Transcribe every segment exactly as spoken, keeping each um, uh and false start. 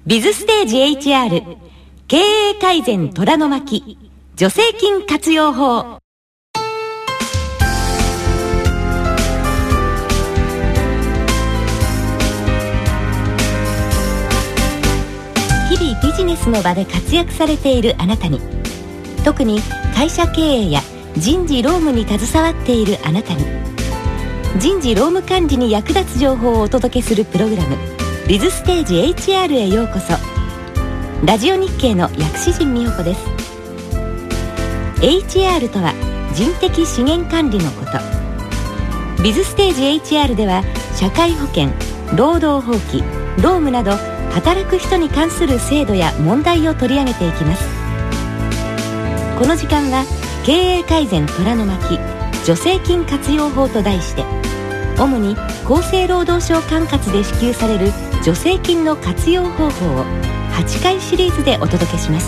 ビズステージ エイチアール 経営改善虎の巻助成金活用法。日々ビジネスの場で活躍されているあなたに、特に会社経営や人事労務に携わっているあなたに、人事労務管理に役立つ情報をお届けするプログラム、ビズステージ エイチアール へようこそ。ラジオ日経の薬師陣美穂子です。 エイチアール とは人的資源管理のこと。ビズステージ エイチアール では社会保険、労働法規、労務など働く人に関する制度や問題を取り上げていきます。この時間は経営改善虎の巻助成金活用法と題して、主に厚生労働省管轄で支給される助成金の活用方法をはちかいシリーズでお届けします。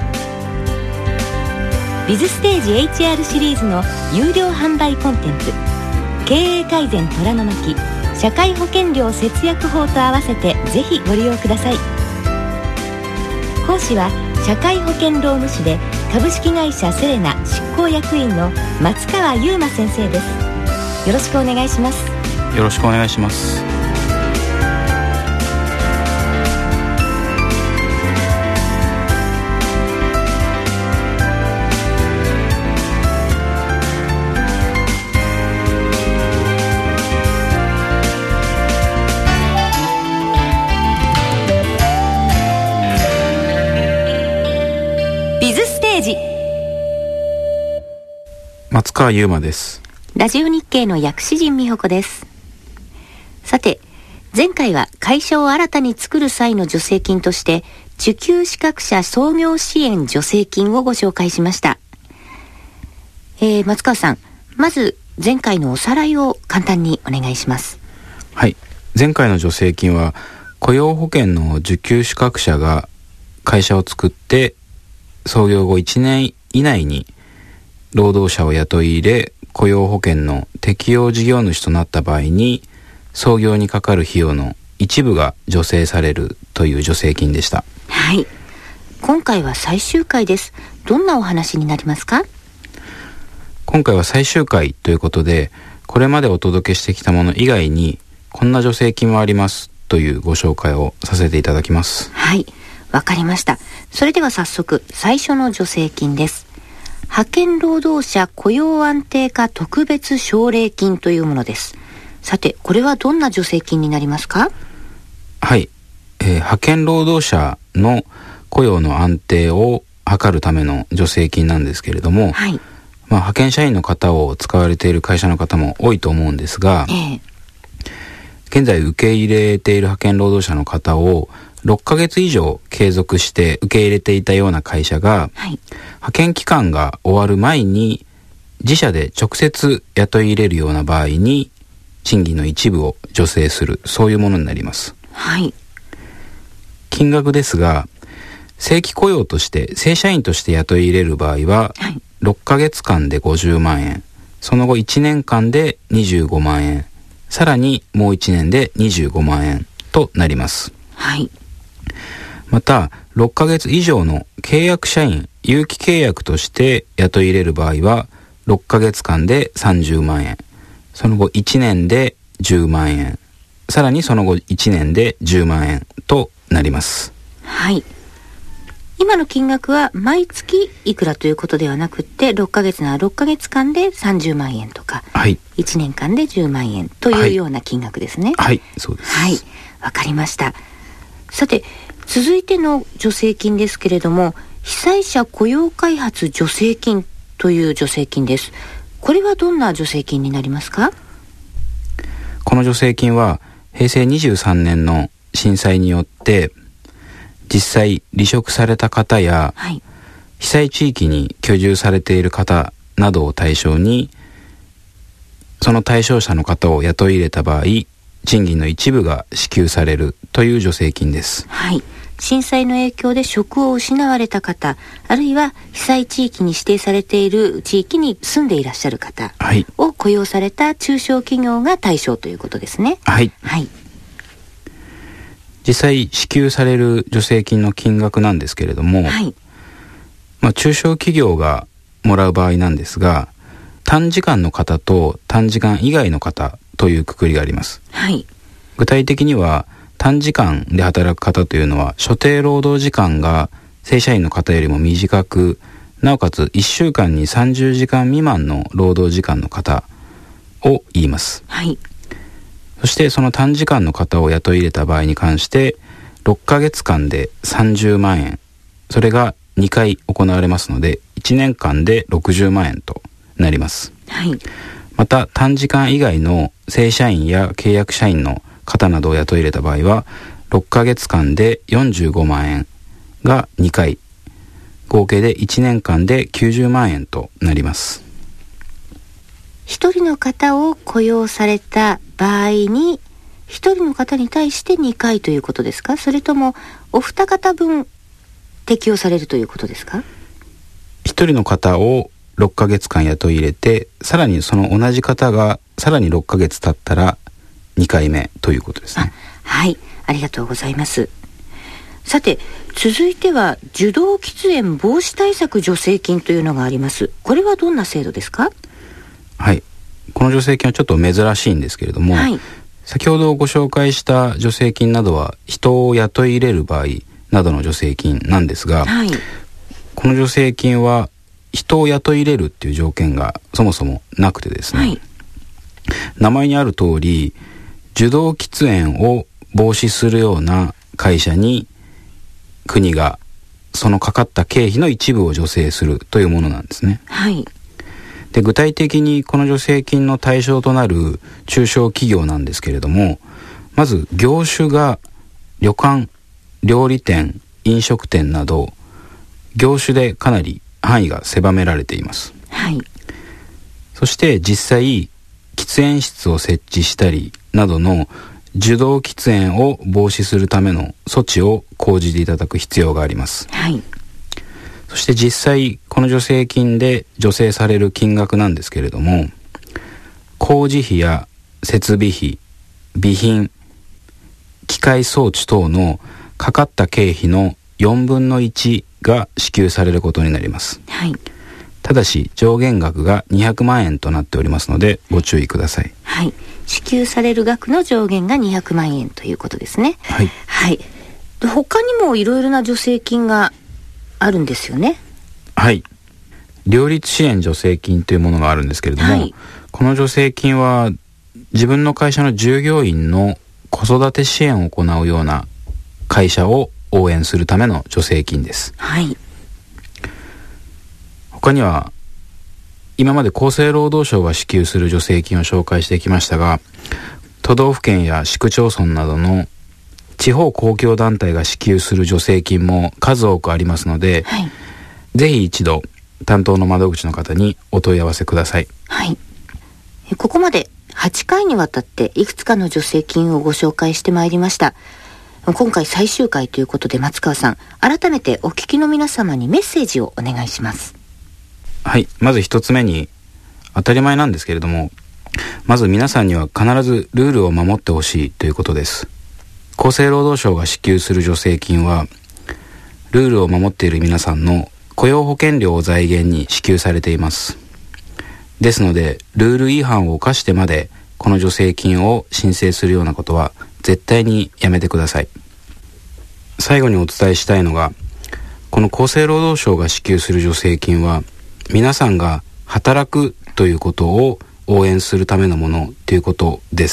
ビズステージ エイチアール シリーズの有料販売コンテンツ、経営改善虎の巻社会保険料節約法と合わせてぜひご利用ください。講師は社会保険労務士で株式会社セレナ執行役員の松川優馬先生です。よろしくお願いします。 よろしくお願いします。 ビズステージ、 松川優馬です。 ラジオ日経の薬師陣美穂子です。さて、前回は会社を新たに作る際の助成金として受給資格者創業支援助成金をご紹介しました。えー、松川さん、まず前回のおさらいを簡単にお願いします。 はい、前回の助成金は雇用保険の受給資格者が会社を作って創業後いちねん以内に労働者を雇い入れ、雇用保険の適用事業主となった場合に創業にかかる費用の一部が助成されるという助成金でした。 はい、今回は最終回です。どんなお話になりますか？ 今回は最終回ということで、これまでお届けしてきたもの以外にこんな助成金もありますというご紹介をさせていただきます。 はい、わかりました。それでは早速最初の助成金です。派遣労働者雇用安定化特別奨励金というものです。さて、これはどんな助成金になりますか？ はい、えー、派遣労働者の雇用の安定を図るための助成金なんですけれども、はい、まあ、派遣社員の方を使われている会社の方も多いと思うんですが、えー、現在受け入れている派遣労働者の方をろっかげつ以上継続して受け入れていたような会社が、はい、派遣期間が終わる前に自社で直接雇い入れるような場合に賃金の一部を助成する、そういうものになります。はい、金額ですが、正規雇用として正社員として雇い入れる場合は、はい、ろっかげつかんでごじゅうまんえん、その後いちねんかんでにじゅうごまんえん、さらにもういちねんでにじゅうごまんえんとなります。はい、またろっかげつ以上の契約社員、有期契約として雇い入れる場合はろっかげつかんでさんじゅうまんえん、その後いちねんでじゅうまんえん、さらにその後いちねんでじゅうまんえんとなります。はい、今の金額は毎月いくらということではなくて、ろっかげつならろっかげつかんでさんじゅうまんえんとか、はい、いちねんかんでじゅうまんえんというような金額ですね。はい、はい、そうです。はい、わかりました。さて、続いての助成金ですけれども、被災者雇用開発助成金という助成金です。これはどんな助成金になりますか？この助成金はへいせいにじゅうさんねんの震災によって実際離職された方や、はい、被災地域に居住されている方などを対象に、その対象者の方を雇い入れた場合、賃金の一部が支給されるという助成金です。はい、震災の影響で職を失われた方、あるいは被災地域に指定されている地域に住んでいらっしゃる方を雇用された中小企業が対象ということですね。はい、はい、 実際支給される助成金の金額なんですけれども、はい、まあ、中小企業がもらう場合なんですが、短時間の方と短時間以外の方という括りがあります、はい、具体的には短時間で働く方というのは所定労働時間が正社員の方よりも短く、なおかついっしゅうかんにさんじゅうじかん未満の労働時間の方を言います、はい、そしてその短時間の方を雇い入れた場合に関してろっかげつかんでさんじゅうまんえん、それがにかい行われますのでいちねんかんでろくじゅうまんえんとなります、はい、また短時間以外の正社員や契約社員の方などを雇い入れた場合はろっかげつかんでよんじゅうごまんえんがにかい、合計でいちねんかんできゅうじゅうまんえんとなります。 一人の方を雇用された場合に一人の方に対してにかいということですか、それともお二方分適用されるということですか？ 一人の方をろっかげつかん雇い入れて、さらにその同じ方がさらにろっかげつ経ったらにかいめということですね。 はい、ありがとうございます。さて続いては受動喫煙防止対策助成金というのがあります。これはどんな制度ですか？ はい、この助成金はちょっと珍しいんですけれども、はい、先ほどご紹介した助成金などは人を雇い入れる場合などの助成金なんですが、はい、この助成金は人を雇い入れるっていう条件がそもそもなくてですね、はい、名前にある通り受動喫煙を防止するような会社に国がそのかかった経費の一部を助成するというものなんですね。はい、で具体的にこの助成金の対象となる中小企業なんですけれども、まず業種が旅館、料理店、飲食店など業種でかなり範囲が狭められています、はい、そして実際喫煙室を設置したりなどの受動喫煙を防止するための措置を講じていただく必要があります、はい、そして実際この助成金で助成される金額なんですけれども、工事費や設備費、備品、機械装置等のかかった経費のよんぶんのいちが支給されることになります、はい、ただし上限額がにひゃくまんえんとなっておりますのでご注意ください。 はい、支給される額の上限がにひゃくまんえんということですね。はい、はい、他にもいろいろな助成金があるんですよね。 はい、両立支援助成金というものがあるんですけれども、はい、この助成金は自分の会社の従業員の子育て支援を行うような会社を応援するための助成金です。はい、他には今まで厚生労働省が支給する助成金を紹介してきましたが、都道府県や市区町村などの地方公共団体が支給する助成金も数多くありますので、はい、ぜひ一度担当の窓口の方にお問い合わせください。 はい、ここまではちかいにわたっていくつかの助成金をご紹介してまいりました。今回最終回ということで松川さん、改めてお聞きの皆様にメッセージをお願いします。 はい、まず一つ目に当たり前なんですけれども、まず皆さんには必ずルールを守ってほしいということです。厚生労働省が支給する助成金はルールを守っている皆さんの雇用保険料を財源に支給されています。ですのでルール違反を犯してまでこの助成金を申請するようなことは絶対にやめてください。最後にお伝えしたいのが、この厚生労働省が支給する助成金は皆さんが働くということを応援するためのものということです。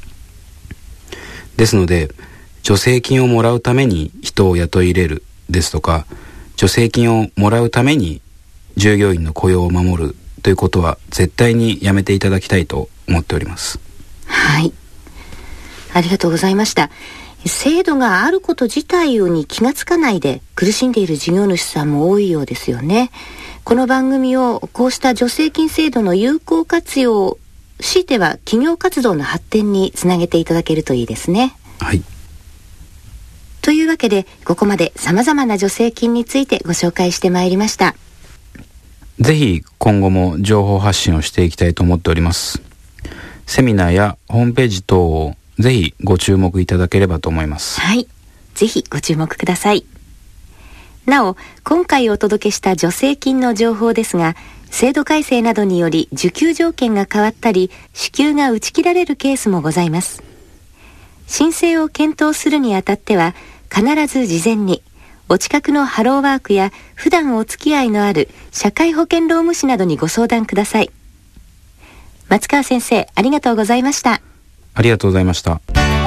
ですので助成金をもらうために人を雇い入れるですとか、助成金をもらうために従業員の雇用を守るということは絶対にやめていただきたいと思っております。 はい、ありがとうございました。制度があること自体に気がつかないで苦しんでいる事業主さんも多いようですよね。この番組をこうした助成金制度の有効活用、強いては企業活動の発展につなげていただけるといいですね。 はい。 というわけでここまで様々な助成金についてご紹介してまいりました。 ぜひ今後も情報発信をしていきたいと思っております。セミナーやホームページ等をぜひご注目いただければと思います。 はい、ぜひご注目ください。なお、今回お届けした助成金の情報ですが、制度改正などにより受給条件が変わったり、支給が打ち切られるケースもございます。申請を検討するにあたっては、必ず事前にお近くのハローワークや普段お付き合いのある社会保険労務士などにご相談ください。松川先生、ありがとうございました。 ありがとうございました。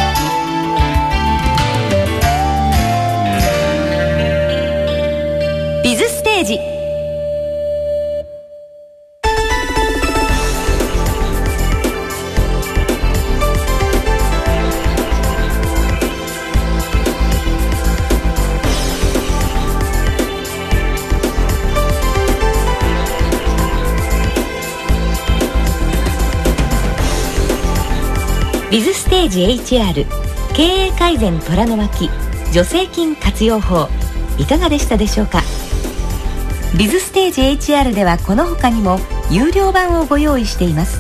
ビズステージ。ビズステージ エイチアール 経営改善虎の巻助成金活用法、いかがでしたでしょうか。ビズステージ エイチアール ではこの他にも有料版をご用意しています。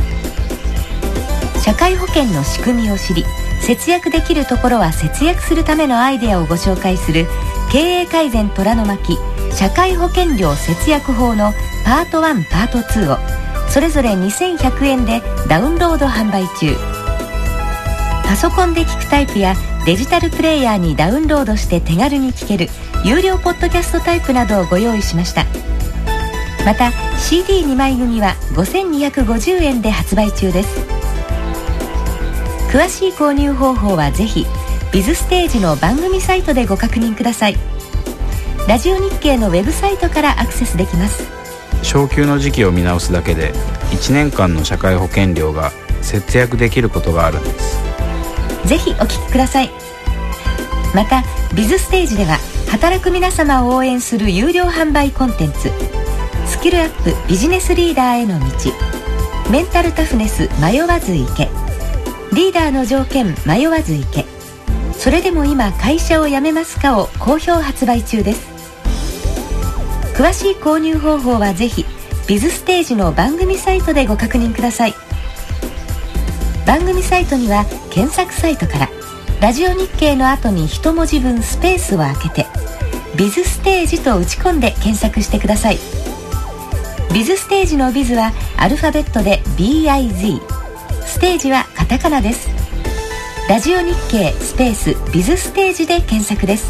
社会保険の仕組みを知り、節約できるところは節約するためのアイデアをご紹介する経営改善虎の巻社会保険料節約法のパートワンパートツーをそれぞれにせんひゃくえんでダウンロード販売中。パソコンで聞くタイプやデジタルプレイヤーにダウンロードして手軽に聞ける有料ポッドキャストタイプなどをご用意しました。また シーディーに 枚組はごせんにひゃくごじゅうえんで発売中です。詳しい購入方法はぜひビズステージの番組サイトでご確認ください。ラジオ日経のウェブサイトからアクセスできます。 昇給の時期を見直すだけでいちねんかんの社会保険料が節約できることがあるんです。 ぜひお聞きください。またビズステージでは働く皆様を応援する有料販売コンテンツ、スキルアップビジネスリーダーへの道、メンタルタフネス迷わず行け、リーダーの条件迷わず行け、それでも今会社を辞めますかを好評発売中です。詳しい購入方法はぜひビズステージの番組サイトでご確認ください。番組サイトには検索サイトからラジオ日経の後に一文字分スペースを空けてビズステージと打ち込んで検索してください。ビズステージのビズはアルファベットで ビーアイズー、 ステージはカタカナです。ラジオ日経スペースビズステージで検索です。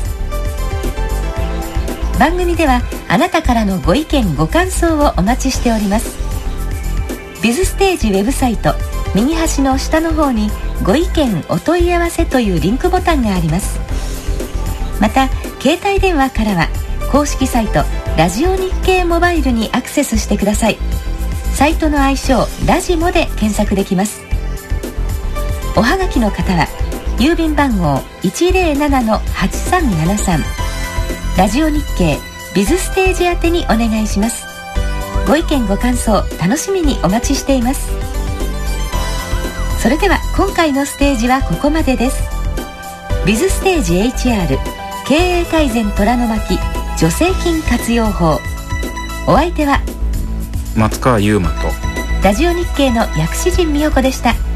番組ではあなたからのご意見ご感想をお待ちしております。ビズステージウェブサイト右端の下の方にご意見お問い合わせというリンクボタンがあります。また携帯電話からは公式サイトラジオ日経モバイルにアクセスしてください。サイトの愛称ラジモで検索できます。おはがきの方は郵便番号 いちぜろななのはちさんななさん ラジオ日経ビズステージ宛てにお願いします。ご意見ご感想楽しみにお待ちしています。それでは今回のステージはここまでです。ビズステージ エイチアール 経営改善虎の巻助成金活用法、お相手は松川優馬とラジオ日経の薬師陣美代子でした。